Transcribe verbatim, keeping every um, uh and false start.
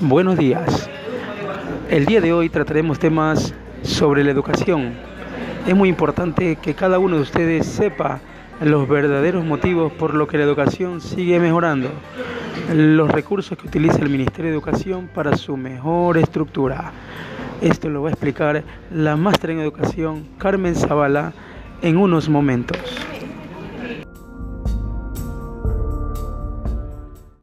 Buenos días. El día de hoy trataremos temas sobre la educación. Es muy importante que cada uno de ustedes sepa los verdaderos motivos por los que la educación sigue mejorando, los recursos que utiliza el Ministerio de Educación para su mejor estructura. Esto lo va a explicar la máster en educación Carmen Zavala en unos momentos.